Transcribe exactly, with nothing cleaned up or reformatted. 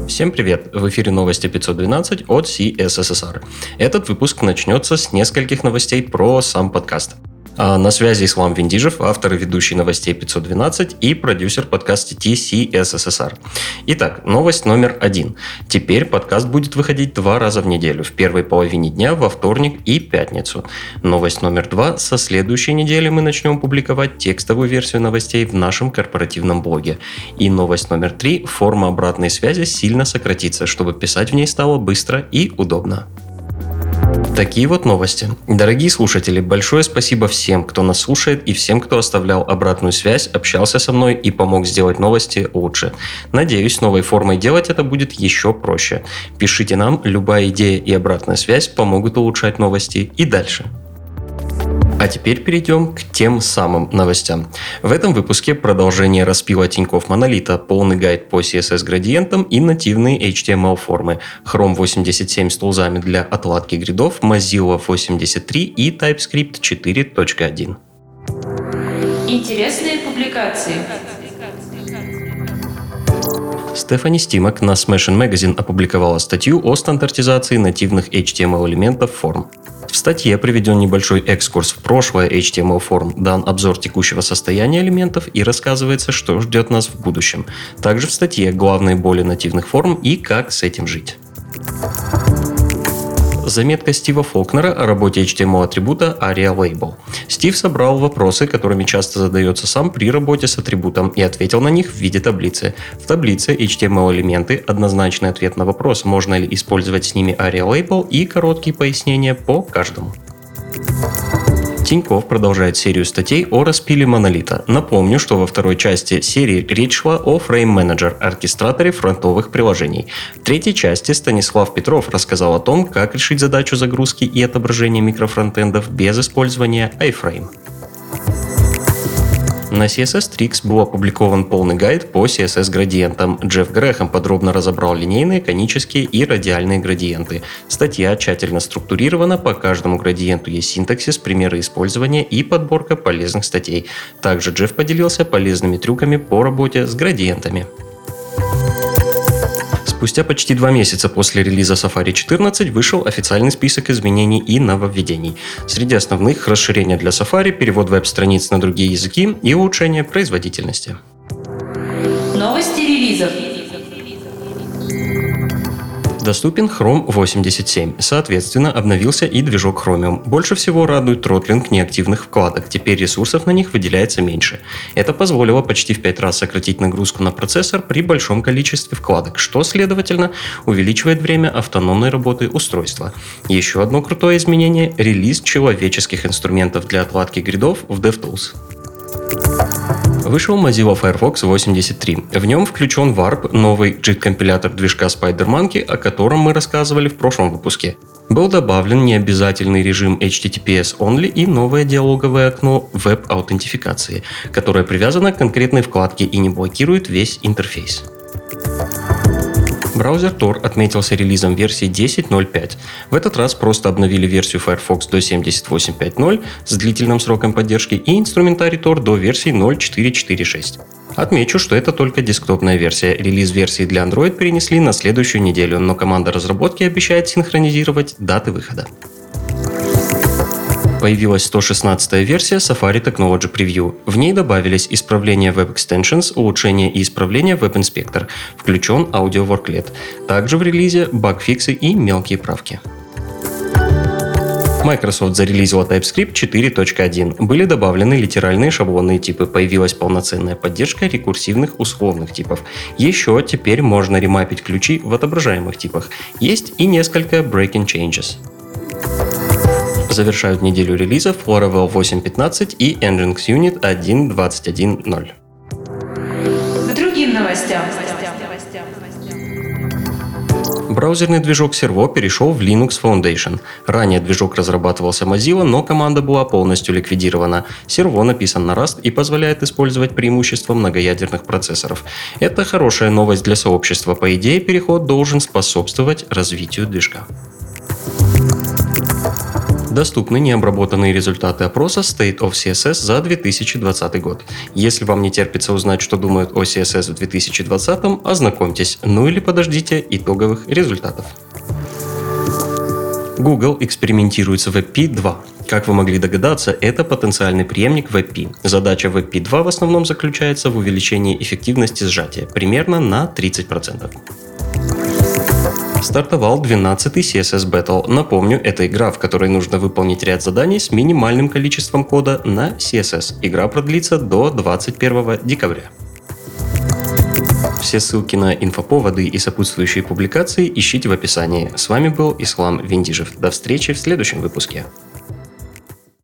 Всем привет! В эфире новости пятьсот двенадцать от си эс эс эс ар. Этот выпуск начнется с нескольких новостей про сам подкаст. А на связи Ислам Виндижев, автор и ведущий новостей пятьсот двенадцать и продюсер подкаста ти си эс эс эс ар. Итак, новость номер один. Теперь подкаст будет выходить два раза в неделю, в первой половине дня, во вторник и пятницу. Новость номер два. Со следующей недели мы начнем публиковать текстовую версию новостей в нашем корпоративном блоге. И новость номер три. Форма обратной связи сильно сократится, чтобы писать в ней стало быстро и удобно. Такие вот новости. Дорогие слушатели, большое спасибо всем, кто нас слушает, и всем, кто оставлял обратную связь, общался со мной и помог сделать новости лучше. Надеюсь, с новой формой делать это будет еще проще. Пишите нам, любая идея и обратная связь помогут улучшать новости и дальше. А теперь перейдем к тем самым новостям. В этом выпуске продолжение распила Тинькофф Монолита, полный гайд по си эс эс-градиентам и нативные эйч ти эм эл-формы, Chrome восемьдесят семь с тулзами для отладки гридов, Mozilla восемьдесят три и TypeScript четыре точка один. Интересные публикации. Стефани Стимак на Smashing Magazine опубликовала статью о стандартизации нативных эйч ти эм эл-элементов форм. В статье приведен небольшой экскурс в прошлое эйч ти эм эл-форм, дан обзор текущего состояния элементов и рассказывается, что ждет нас в будущем. Также в статье главные боли нативных форм и как с этим жить. Заметка Стива Фолкнера о работе эйч ти эм эл-атрибута Aria Label. Стив собрал вопросы, которыми часто задается сам при работе с атрибутом, и ответил на них в виде таблицы. В таблице эйч ти эм эл-элементы, однозначный ответ на вопрос, можно ли использовать с ними Aria Label, и короткие пояснения по каждому. Тинькофф продолжает серию статей о распиле монолита. Напомню, что во второй части серии речь шла о Frame Manager, оркестраторе фронтовых приложений. В третьей части Станислав Петров рассказал о том, как решить задачу загрузки и отображения микрофронтендов без использования iFrame. На си эс эс Tricks был опубликован полный гайд по си эс эс-градиентам. Джефф Грэхэм подробно разобрал линейные, конические и радиальные градиенты. Статья тщательно структурирована, по каждому градиенту есть синтаксис, примеры использования и подборка полезных статей. Также Джефф поделился полезными трюками по работе с градиентами. Спустя почти два месяца после релиза Safari четырнадцать вышел официальный список изменений и нововведений. Среди основных — расширения для Safari, перевод веб-страниц на другие языки и улучшение производительности. Новости релизов. Доступен Chrome восемьдесят семь. Соответственно, обновился и движок Chromium. Больше всего радует тротлинг неактивных вкладок. Теперь ресурсов на них выделяется меньше. Это позволило почти в пять раз сократить нагрузку на процессор при большом количестве вкладок, что, следовательно, увеличивает время автономной работы устройства. Еще одно крутое изменение — релиз человеческих инструментов для отладки гридов в DevTools. Вышел Mozilla Firefox восемьдесят три. В нем включен варп, новый джит-компилятор движка SpiderMonkey, о котором мы рассказывали в прошлом выпуске. Был добавлен необязательный режим эйч ти ти пи эс only и новое диалоговое окно веб-аутентификации, которое привязано к конкретной вкладке и не блокирует весь интерфейс. Браузер Tor отметился релизом версии десять ноль пять. В этот раз просто обновили версию Firefox до семьдесят восемь пять ноль с длительным сроком поддержки и инструментарий Tor до версии ноль четыре четыре шесть. Отмечу, что это только десктопная версия. Релиз версии для Android перенесли на следующую неделю, но команда разработки обещает синхронизировать даты выхода. Появилась сто шестнадцатая версия Safari Technology Preview. В ней добавились исправления Web Extensions, улучшения и исправления Web Inspector. Включен Audio Worklet. Также в релизе багфиксы и мелкие правки. Microsoft зарелизила TypeScript четыре точка один. Были добавлены литеральные шаблонные типы. Появилась полноценная поддержка рекурсивных условных типов. Еще теперь можно ремапить ключи в отображаемых типах. Есть и несколько breaking changes. Завершают неделю релизов Laravel восемь пятнадцать и Nginx Unit один двадцать один ноль. К другим новостям. Браузерный движок Servo перешел в Linux Foundation. Ранее движок разрабатывался Mozilla, но команда была полностью ликвидирована. Servo написан на Rust и позволяет использовать преимущества многоядерных процессоров. Это хорошая новость для сообщества. По идее, переход должен способствовать развитию движка. Доступны необработанные результаты опроса State of си эс эс за две тысячи двадцатый год. Если вам не терпится узнать, что думают о си эс эс в две тысячи двадцатом, ознакомьтесь, ну или подождите итоговых результатов. Google экспериментирует с веб пи два. Как вы могли догадаться, это потенциальный преемник веб пи. Задача веб пи два в основном заключается в увеличении эффективности сжатия, примерно на тридцать процентов. Стартовал двенадцатый си эс эс Battle. Напомню, это игра, в которой нужно выполнить ряд заданий с минимальным количеством кода на си эс эс. Игра продлится до двадцать первого декабря. Все ссылки на инфоповоды и сопутствующие публикации ищите в описании. С вами был Ислам Виндижев. До встречи в следующем выпуске.